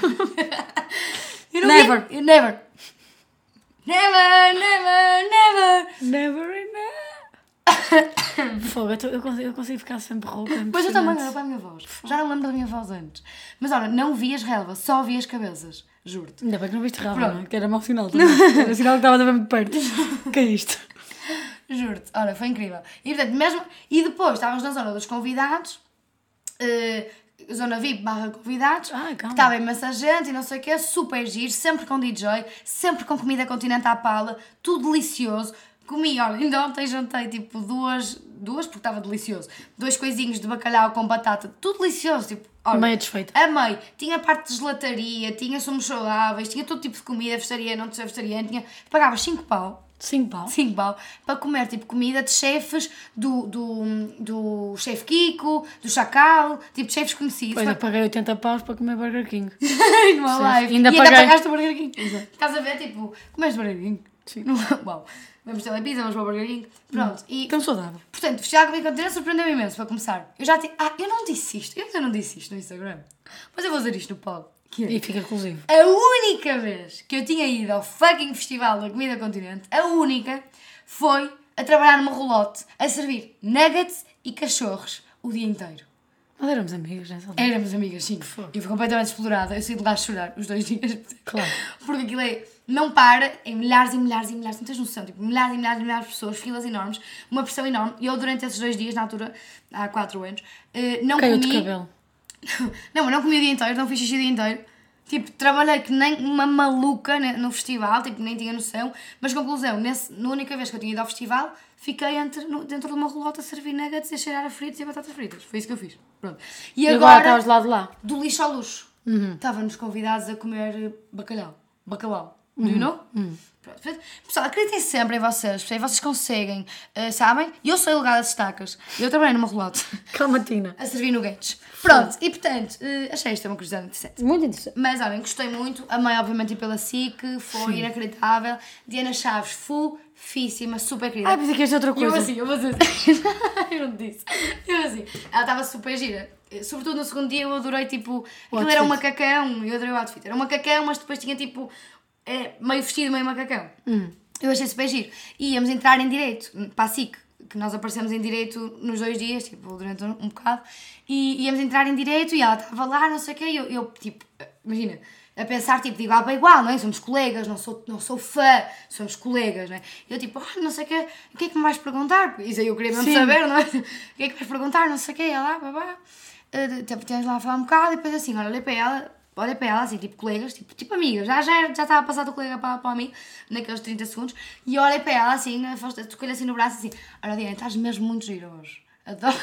eu não Never. Via... Never. Never, never, never. Never enough. Fogo, eu, tô, eu, consigo, eu consigo ficar sempre rouca. Pois eu também, olha para a minha voz. Já não lembro da minha voz antes. Mas olha, não vi as relvas, só vi as cabeças. Juro-te. Ainda bem que não viste relva, não é? Que era mau sinal também. Era sinal que estava também muito perto. Que é isto? Juro-te. Olha, foi incrível. E, portanto, mesmo... e depois estávamos na zona dos convidados. Uh, zona V I P barra convidados. Ai, que estava imensa gente e não sei o quê. Super giro. Sempre com D J. Sempre com comida continental à pala. Tudo delicioso. Comi, olha, ainda ontem jantei tipo duas, duas porque estava delicioso, dois coisinhos de bacalhau com batata, tudo delicioso, tipo, olha, meio desfeita. Amei, tinha parte de gelataria, tinha sumos saudáveis, tinha todo tipo de comida, vegetariana, não vegetariana, tinha, pagavas cinco pau, cinco pau? cinco pau, para comer tipo comida de chefes, do, do, do chefe Kiko, do Chacal, tipo de chefes conhecidos. Pois eu paguei oitenta paus para comer Burger King. Numa live, ainda e paguei. ainda pagaste o Burger King. Exato. Estás a ver, tipo, comeste Burger King? Sim. Uau. Vamos ter a pizza, vamos para o Burger King. Pronto. E, tão saudável. Portanto, festejar comigo continente surpreendeu-me imenso, para começar. Eu já tinha... Ah, eu não disse isto. Eu ainda não disse isto no Instagram. Mas eu vou dizer isto no pod. Que é? E fica exclusivo. A única vez que eu tinha ido ao fucking festival da comida continente, a única, foi a trabalhar numa rolote, a servir nuggets e cachorros o dia inteiro. Nós éramos amigas nessa altura. Éramos amigas, sim. Eu fui completamente explorada. Eu saí de lá a chorar os dois dias. Claro. Porque aquilo é... Não para, em milhares e milhares e milhares, não tens noção, tipo, milhares e milhares e milhares de pessoas, filas enormes, uma pressão enorme. E eu, durante esses dois dias, na altura, há quatro anos, não Caiu comi... de cabelo. Não, mas não comi o dia inteiro, não fiz xixi o dia inteiro. Tipo, trabalhei que nem uma maluca no festival, tipo, nem tinha noção. Mas, conclusão, nesse, na única vez que eu tinha ido ao festival, fiquei entre, no, dentro de uma relota a servir nuggets e a cheirar a fritos e a batatas fritas. Foi isso que eu fiz. Pronto. E, E agora, agora estavas lá de lá? do lixo ao luxo. Uhum. Estávamos convidados a comer bacalhau. Bacalhau. Do you know? Uhum. Pronto. Pessoal, acreditem sempre em vocês, vocês conseguem, uh, sabem? Eu sou ilegada de estacas, eu trabalhei numa relota Calmatina. a servir nuggets. Pronto, e portanto, uh, achei isto uma curiosidade interessante. Muito interessante. Mas olhem, gostei muito, amei obviamente ir pela S I C, foi Sim. inacreditável. Diana Chaves, fofíssima, super querida. Ah, pensei que esta outra E eu coisa. assim, eu vou dizer, eu não disse, eu assim, ela estava super gira. Sobretudo no segundo dia eu adorei, tipo, O aquilo era um outfit. macacão, eu adorei o outfit, era um macacão, mas depois tinha tipo, é, meio vestido, meio macacão. Hum. Eu achei super giro. E íamos entrar em direito, para a S I C, que nós aparecemos em direito nos dois dias, tipo, durante um, um bocado, e íamos entrar em direito e ela estava lá, não sei o quê, e eu, eu, tipo, imagina, a pensar, tipo, de igual para igual, não é? Somos colegas, não sou, não sou fã, somos colegas, não é? Eu, tipo, ah, não sei o quê, o que é que me vais perguntar? Isso aí eu queria mesmo Sim. saber, não é? O que é que vais perguntar? Não sei o quê, ela, babá. Uh, tipo, tens lá a falar um bocado e depois assim, olha, olhei para ela, olhei para ela assim, tipo colegas, tipo, tipo amigas, já, já, já estava a passar do colega para, para o amigo, naqueles trinta segundos, e olhei para ela assim, toquei-lhe assim no braço assim, olha Diana, estás mesmo muito gira hoje, adoro.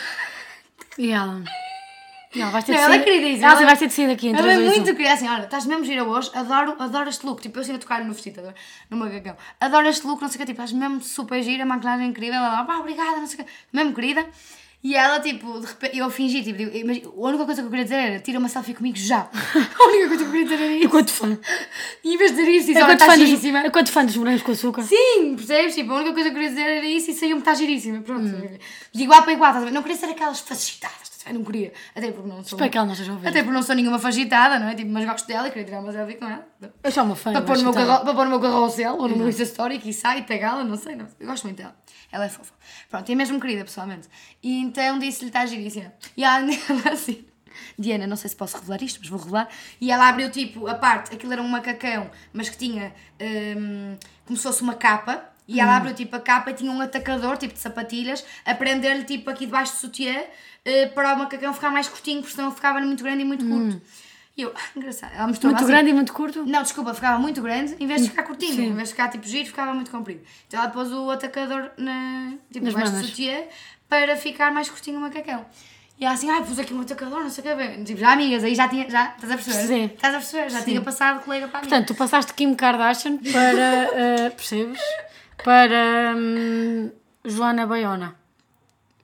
E ela? E ela vais ter Não, de ela é sair. queridíssima, Ela ela- vai ter de sair daqui entre Ela é as duas, muito um. querida, assim, olha, estás mesmo gira hoje, adoro, adoro este look, tipo, eu assim a tocar no vestido, adoro, no macacão, adoro este look, não sei o que, tipo, estás mesmo super gira, maquilhagem incrível, ela, pá, obrigada, não sei o que, mesmo querida. E ela, tipo, de repente, eu fingi, tipo, digo, mas a única coisa que eu queria dizer era, tira uma selfie comigo já. A única coisa que eu queria dizer era isso. Enquanto fã. E em vez de dizer isso, disse, É olha, quanto estás fã dos- giríssima. é quanto fã dos morangos com açúcar. Sim, percebes? Tipo, a única coisa que eu queria dizer era isso e saiu-me, estás giríssima. Pronto. De igual para igual, estás a ver? Não queria ser aquelas facilitadas, estás a ver? Não queria. Até porque não sou... Espero que ela não esteja a ouvir. Até porque não sou nenhuma fagitada, não é? Tipo, mas gosto dela e queria tirar uma selfie com ela. Eu sou uma fã. Para eu pôr, no meu acho que carro, para pôr no meu carrossel ou no meu Insta Story, quiçá, e pegá-la, não sei, não sei. Eu gosto muito dela. Ela é fofa. Pronto, e é mesmo querida, pessoalmente. E então disse-lhe, está giríssima. E ela, ela assim, Diana, não sei se posso revelar isto, mas vou revelar. E ela abriu, tipo, a parte, aquilo era um macacão, mas que tinha, hum, como se fosse uma capa. E ela abriu, tipo, a capa e tinha um atacador, tipo, de sapatilhas, a prender-lhe, tipo, aqui debaixo do sutiã, uh, para o macacão ficar mais curtinho, porque senão ficava muito grande e muito curto. E eu, ah, engraçado. Ela mostrou Muito assim, grande e muito curto? não, desculpa, ficava muito grande, em vez de ficar curtinho, Sim. em vez de ficar tipo giro, ficava muito comprido. Então ela pôs o atacador na, tipo, Nas debaixo do mamas. sutiã para ficar mais curtinho o macacão. E ela assim, ai, pus aqui um atacador, não sei o que bem. Tipo, já amigas, aí já tinha, já, estás a perceber? Sim. Estás a perceber? Já Sim. tinha passado colega para a Portanto, tu passaste Kim Kardashian para, eh, percebes? Para hum, Joana Baiona.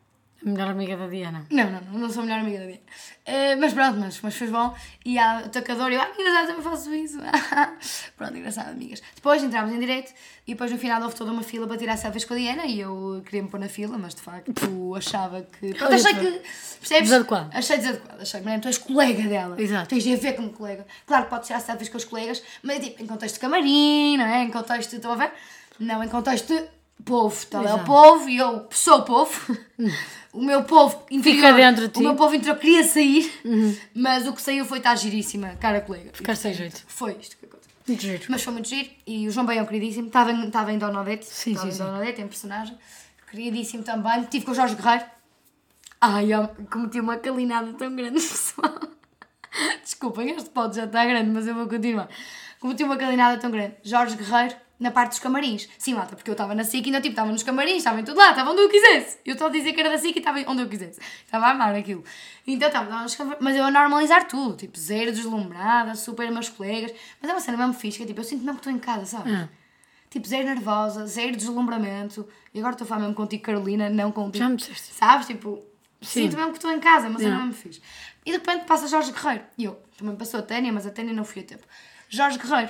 Melhor amiga da Diana. Não, não, não, não sou a melhor amiga da Diana. Uh, mas pronto, mas, mas foi bom. E há o tacador e eu, ah, engraçado, também faço isso. Pronto, engraçado, amigas. Depois entramos em direito e depois no final houve toda uma fila para tirar selfies com a Diana e eu queria me pôr na fila, mas de facto achava que. Pronto, achei que. Percebes? Desadequado. Achei desadequado. Achei que, tu és colega dela. Exato. Tens de ver como colega. Claro que podes tirar selfies com os colegas, mas tipo, em contexto de camarim, não é? Em contexto de. Estão a ver? Não, em contexto de povo. Tal é o povo e eu sou o povo. O meu povo interior, fica dentro de ti. O meu povo interior queria sair, uhum. Mas o que saiu foi estar giríssima, cara colega. Ficaste sem jeito. Foi isto que aconteceu. Muito giro. Mas foi muito giro e o João Baião, queridíssimo, estava em, estava em Dona Odete. Sim, estava sim, em sim. Dona Odete, em personagem. Queridíssimo também. Estive com o Jorge Guerreiro. Ai, eu cometi uma calinada tão grande, pessoal. Desculpem, este pod já está grande, mas eu vou continuar. Cometi uma calinada tão grande. Jorge Guerreiro, na parte dos camarins. Sim, malta, porque eu estava na S I C e ainda tipo, estava nos camarins, estava em tudo lá, estava onde eu quisesse. Eu estou a dizer que era da S I C e estava onde eu quisesse. Estava a amar aquilo. Então estava, estava nos camarins, mas eu a normalizar tudo, tipo, zero deslumbrada, super meus colegas. Mas é uma cena mesmo fixe, que é, tipo, eu sinto mesmo que estou em casa, sabes? Hum. Tipo, zero nervosa, zero deslumbramento. E agora estou a falar mesmo contigo, Carolina, não contigo. Já me disseste. Sabes? Tipo, sim. Sinto mesmo que estou em casa, mas é mesmo fixe. E de repente passa Jorge Guerreiro. E eu, também passou a Tânia, mas a Tânia não fui a tempo. Jorge Guerreiro.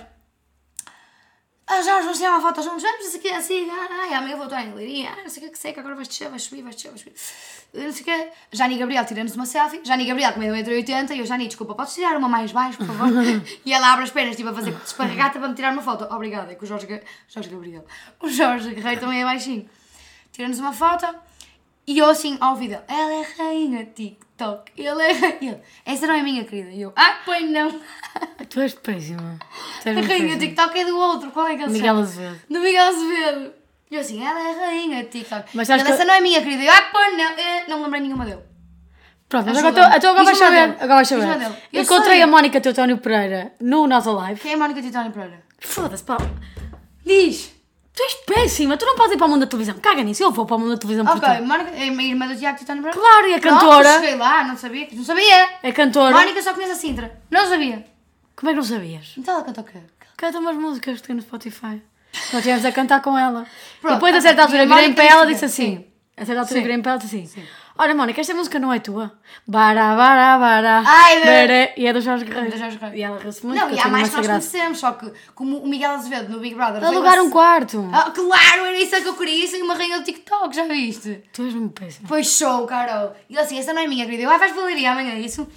Ah, Jorge, vamos tirar uma foto juntos, vamos, assim, assim, ai, amanhã vou estar em Leiria, ah, não sei o que, que sei, que agora vais descer, vais subir, vais descer, vais subir, não sei o que. Jani Gabriel tirando-nos uma selfie, Jani Gabriel com meio um metro e oitenta, e eu, Jani, desculpa, podes tirar uma mais baixo, por favor? E ela abre as pernas, tipo, a fazer esparregata para me tirar uma foto. Obrigada, é que o Jorge, Jorge Gabriel, o Jorge Guerreiro também é baixinho. Tira-nos uma foto, e eu assim, ao ouvido, ela é rainha TikTok, ele é rainha, essa não é minha querida, e eu, ah, pois não. Tu és péssima. Tu és A rainha péssima. TikTok é do outro, qual é que ele se Miguel chama? Azevedo. Do Miguel Azevedo. E eu assim, ela é a rainha TikTok. Mas Mas sabes essa que- não é minha querida. Eu, ah, pô, não, eh, não me lembrei nenhuma dele. Pronto, mas Ajuda-me. agora, tu- então agora vais Diz-me uma saber. dele. Agora vais Diz-me saber. uma dele. Eu Encontrei sei. a Mónica Teutónio Pereira no nosso live. Quem é a Mónica Titânia Pereira? Foda-se, pá. Diz. Tu és péssima. Tu não podes ir para o mundo da televisão. Caga nisso. Eu vou para o mundo da televisão por Ok, ti. Mónica é a irmã do Tiago Titânia Pereira? Claro, e a Pronto, cantora. cheguei lá, não sabia. Não sabia. É cantora. Mónica só conhece a Sintra. Não sabia. Como é que não sabias? Então ela canta o quê? Canta umas músicas que tem no Spotify. Nós estivemos a cantar com ela. Pronto, Depois, a ok. certa altura, E a virei Mónica para ela e disse disse o quê? assim. A certa altura, Sim. virei para ela e disse assim. Olha, Mónica, esta música não é tua. Bara, bara, bara. Ai, meu- bara. E é do Jorge Guerreiro. Do Jorge Guerreiro. E ela riu-se muito. Não, porque e eu há tinha mais que imensa nós graça. conhecemos, só que como o Miguel Azevedo no Big Brother... veio Alugar a- um quarto. Ah, claro, era isso que eu queria, isso é uma rainha do TikTok, já viste? Tu és muito péssima. Foi show, Carol. E ele assim, essa não é minha querida. Eu, ah, vais valeria amanhã, isso?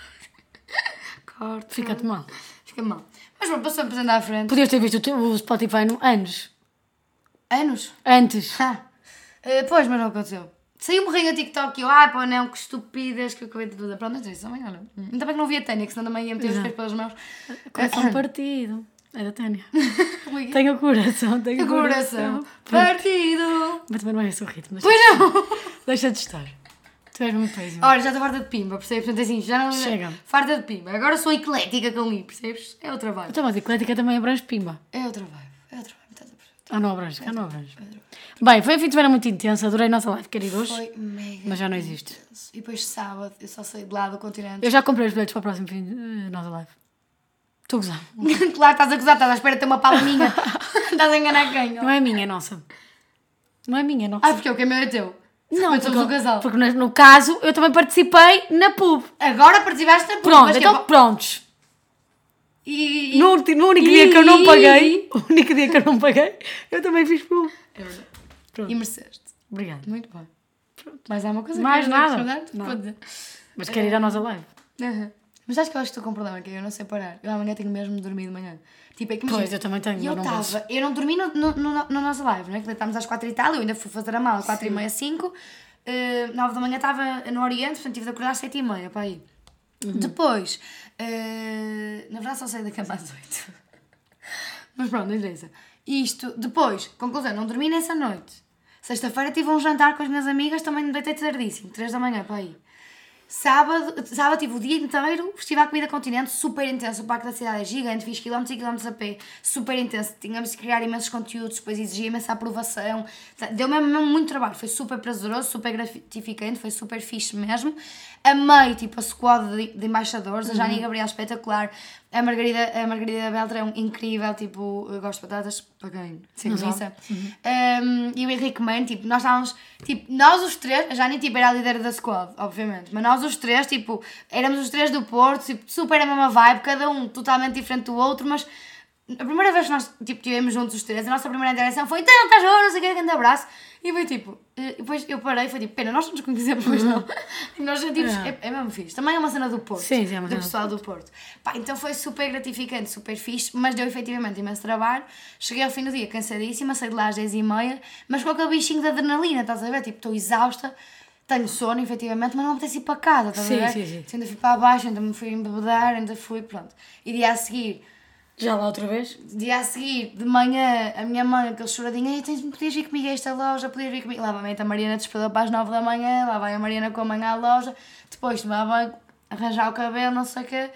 Corta. Fica-te mal. Fica mal. Mas pronto, passou-me andar à frente. Podias ter visto o, teu- o Spotify no, anos. Anos? Antes. Ah. Eh, pois, mas não aconteceu. Saiu uma rainha TikTok e eu, ai pô, não, que estupidez que eu acabei de fazer. Pronto, não sei isso também, olha. Ainda bem que não vi a Tânia, que senão também ia meter os Exato. pés pelas mãos. Coração partido. É da Tânia. Como é que é? Tenho o coração, tenho o Coração Pronto. partido. Mas também não é esse o ritmo. Pois não. Deixa de estar. Tu és muito péssima. Olha, já estou farta de pimba, percebes? Portanto, assim, já não... Chega. Farta de pimba. Agora sou eclética comigo, percebes? É outra vibe. Então, mas a eclética também abrange pimba. É outra vibe. É outra vibe. Estás a perceber? Ah, não abrange, cá não abrange. Bem, foi um fim de semana muito intenso. Adorei a nossa live, queridos. Foi mega. Mas já não existe. intenso. E depois sábado, eu só saí de lá do continente. Eu já comprei os bilhetes para o próximo fim de nossa live. Estou a gozar. Claro, estás a gozar, estás à espera de ter uma pala minha. Estás a enganar quem? Não é minha, é nossa. Não é minha, é nossa. Ah, porque o que é meu é teu. Não, Mas somos um casal. porque no, no caso eu também participei na pub. Agora participaste na pub, Pronto, mas que então é- prontos. E... e- No, ulti- no único dia que eu não paguei, o único dia que eu não paguei, eu também fiz pub. É verdade. Pronto. E mereceste. Obrigada. Muito bem. Mais alguma coisa? Mais que nada. queres acrescentar? Nada. Pode dizer. Mas quero ir à nossa live. Aham. Mas acho que eu acho que estou com um problema, que é eu não sei parar. Eu amanhã tenho mesmo de dormir de manhã. Tipo, é que imagina, Pois, eu também tenho, E eu mas não estava, eu não dormi no, no, no, no nosso live, não é? Que deitámos às quatro e tal, eu ainda fui fazer a mala, quatro e meia, cinco. Uh, nove da manhã estava no Oriente, portanto tive de acordar às sete e meia para aí. Depois, uh, na verdade só saí da cama às oito. Mas pronto, não interessa. Isto, depois, conclusão, não dormi nessa noite. Sexta-feira tive um jantar com as minhas amigas, também me deitei tardíssimo, três da manhã para aí. Sábado, sábado tive o dia inteiro, Festival de Comida Continente, super intenso. O Parque da Cidade é gigante, fiz quilómetros e quilómetros a pé, super intenso. Tínhamos que criar imensos conteúdos, depois exigia imensa aprovação. Deu mesmo, mesmo muito trabalho, foi super prazeroso, super gratificante, foi super fixe mesmo. Amei, tipo, a squad de, de embaixadores, a Jani Uhum. Gabriel espetacular, a Margarida, a Margarida Beltrão incrível, tipo, eu gosto de batatas, para quem sem missa. Uhum. Um, e o Henrique Mano, tipo, nós estávamos, tipo, nós os três, a Jani, tipo, era a líder da squad, obviamente, mas nós os três, tipo, éramos os três do Porto, tipo, super a mesma vibe, cada um totalmente diferente do outro, mas a primeira vez que nós, tipo, estivemos juntos os três, a nossa primeira interação foi, então, estás bom, não sei o que, grande abraço, e foi tipo, e depois eu parei e foi tipo, pena, nós não nos conhecemos, mas não. E nós sentimos, é, é mesmo fixe. Também é uma cena do Porto, Sim, sim, é uma do cena pessoal do Porto. Pá, então foi super gratificante, super fixe, mas deu efetivamente imenso trabalho. Cheguei ao fim do dia cansadíssima, saí de lá às dez e meia, mas com aquele bichinho de adrenalina, estás a ver? Tipo, estou exausta, tenho sono, efetivamente, mas não me apetece ir para casa, estás Sim, a ver? sim, sim. Ainda fui para baixo, ainda me fui embebedar, ainda fui, pronto. E dia a seguir... Já lá outra vez? Dia a seguir, de manhã, a minha mãe, aquele choradinho, ei, tens, podias vir comigo a esta loja, podias vir comigo. Lá vai a Mariana despedida para as nove da manhã, lá vai a Mariana com a mãe à loja, depois tomar banho, arranjar o cabelo, não sei o quê,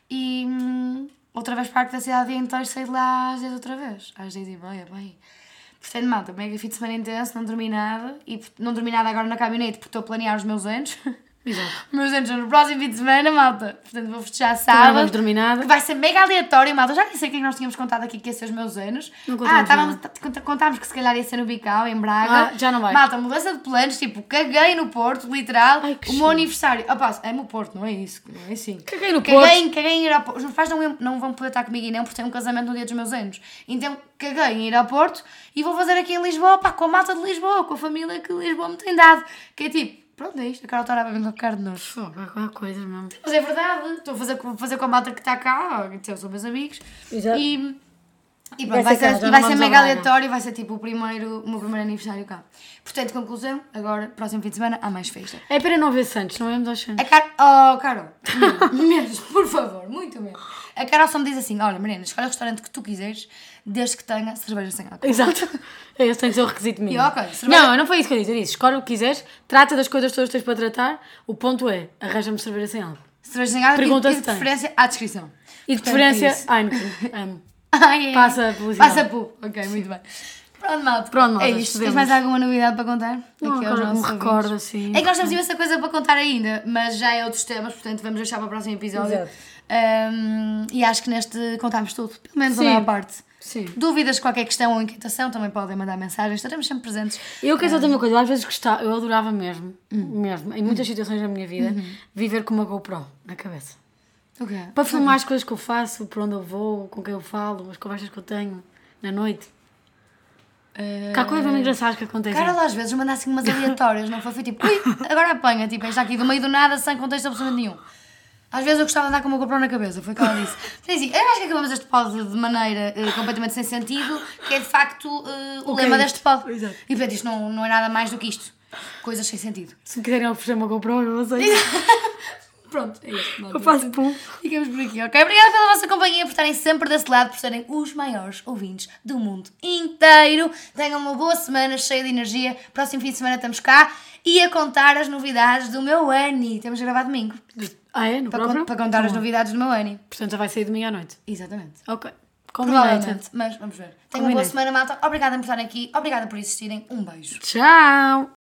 e hum, outra vez para a cidade dia inteiro, saí de lá às dez outra vez, às dez e meia, bem. Portanto, malta, mega fim de semana intenso, não dormi nada, e não dormi nada agora na caminhonete porque estou a planear os meus anos. Exato. Meus anos no próximo fim de semana, malta. Portanto, vou festejar Também não sábado. vamos dormir nada. Que vai ser mega aleatório, malta. Eu já nem sei o que é que nós tínhamos contado aqui que ia ser os meus anos. Não ah, contámos estávamos, nada. t- contámos que se calhar ia ser no Bicau, em Braga. Ah, já não vai. Malta, mudança de planos, tipo, caguei no Porto, literal. Ai, que o meu chulo. aniversário. Opa, é no Porto, não é isso? Não é assim. Caguei no Caguei, Porto. caguei em ir ao Porto. Os meus pais não, iam- não vão poder estar comigo e não, porque tenho um casamento no dia dos meus anos. Então, caguei em ir ao Porto e vou fazer aqui em Lisboa, pá, com a malta de Lisboa, com a família que Lisboa me tem dado. Que é tipo, pronto, é isto. A Carol está a ver com cara de nojo. Fogo, há coisas mesmo. Mas é verdade, estou a fazer, com- fazer com a malta que está cá, então são meus amigos. Exato. E, e Vai pronto, vai ser cá, ser, já e não vai ser vamos mega a Braga. aleatório, vai ser tipo o, primeiro, o meu primeiro aniversário cá. Portanto, conclusão, agora, próximo fim de semana, há mais festa. É para não ver Santos, não vemos aos Santos. A Carol, oh Carol, menos, por favor, muito menos. A Carol só me diz assim, olha Mariana, escolhe o restaurante que tu quiseres, desde que tenha cerveja sem álcool. Exato. Esse tem que ser o requisito mínimo. E, ok, cerveja- Não, não foi isso que eu disse. Eu disse, escolhe o que quiseres, trata das coisas todas que tens para tratar. O ponto é, arranja-me cerveja sem álcool. Cerveja sem álcool Pergunta e, e se de tem. preferência à descrição. E de Portanto, é preferência, isso. Heineken. Amo. Ai, é. Passa a publicidade. Passa a pu. Ok, muito bem. Pronto, malta. Pronto, malta, é isto. Tens cedemos. mais alguma novidade para contar? Não, Aqui aos agora me nossos recordo ouvintes? assim. É que nós temos imensa coisa para contar ainda, mas já é outros temas, portanto vamos deixar para o próximo episódio. Exato. Um, e acho que neste contámos tudo, pelo menos Sim. a maior parte. Sim. Dúvidas, qualquer questão ou inquietação, também podem mandar mensagens, estaremos sempre presentes. Eu quero só dizer uma coisa, eu às vezes gostava, eu adorava mesmo, mesmo, em muitas situações da minha vida, viver com uma GoPro na cabeça. Ok. Para filmar as coisas que eu faço, por onde eu vou, com quem eu falo, as conversas que eu tenho na noite. Uh, Que há coisas mesmo engraçadas que acontecem. Carol às vezes manda assim umas aleatórias, não foi? Foi tipo, ui, agora apanha, tipo, está aqui do meio do nada, sem contexto absolutamente nenhum. Às vezes eu gostava de andar com uma GoPro na cabeça, foi o que ela disse. Então, assim, eu acho que acabamos este pod de maneira eh, completamente sem sentido, que é de facto eh, o Ok. lema deste pod. Exato. E portanto isto não, não é nada mais do que isto. Coisas sem sentido. Se me quiserem oferecer uma GoPro, eu aceito. Pronto, é isto. Eu faço pum. Ficamos por aqui, ok? Obrigada pela vossa companhia, por estarem sempre desse lado, por serem os maiores ouvintes do mundo inteiro. Tenham uma boa semana, cheia de energia. Próximo fim de semana estamos cá e a contar as novidades do meu Annie. Temos de gravar domingo. Ah, é? No Para, próprio? con- para contar Tá as bom. novidades do meu Annie. Portanto, já vai sair domingo à noite. Exatamente. Ok. Combinated. Provavelmente, mas vamos ver. Tenham uma boa Combinado. semana, malta. Obrigada por estarem aqui. Obrigada por existirem. Um beijo. Tchau!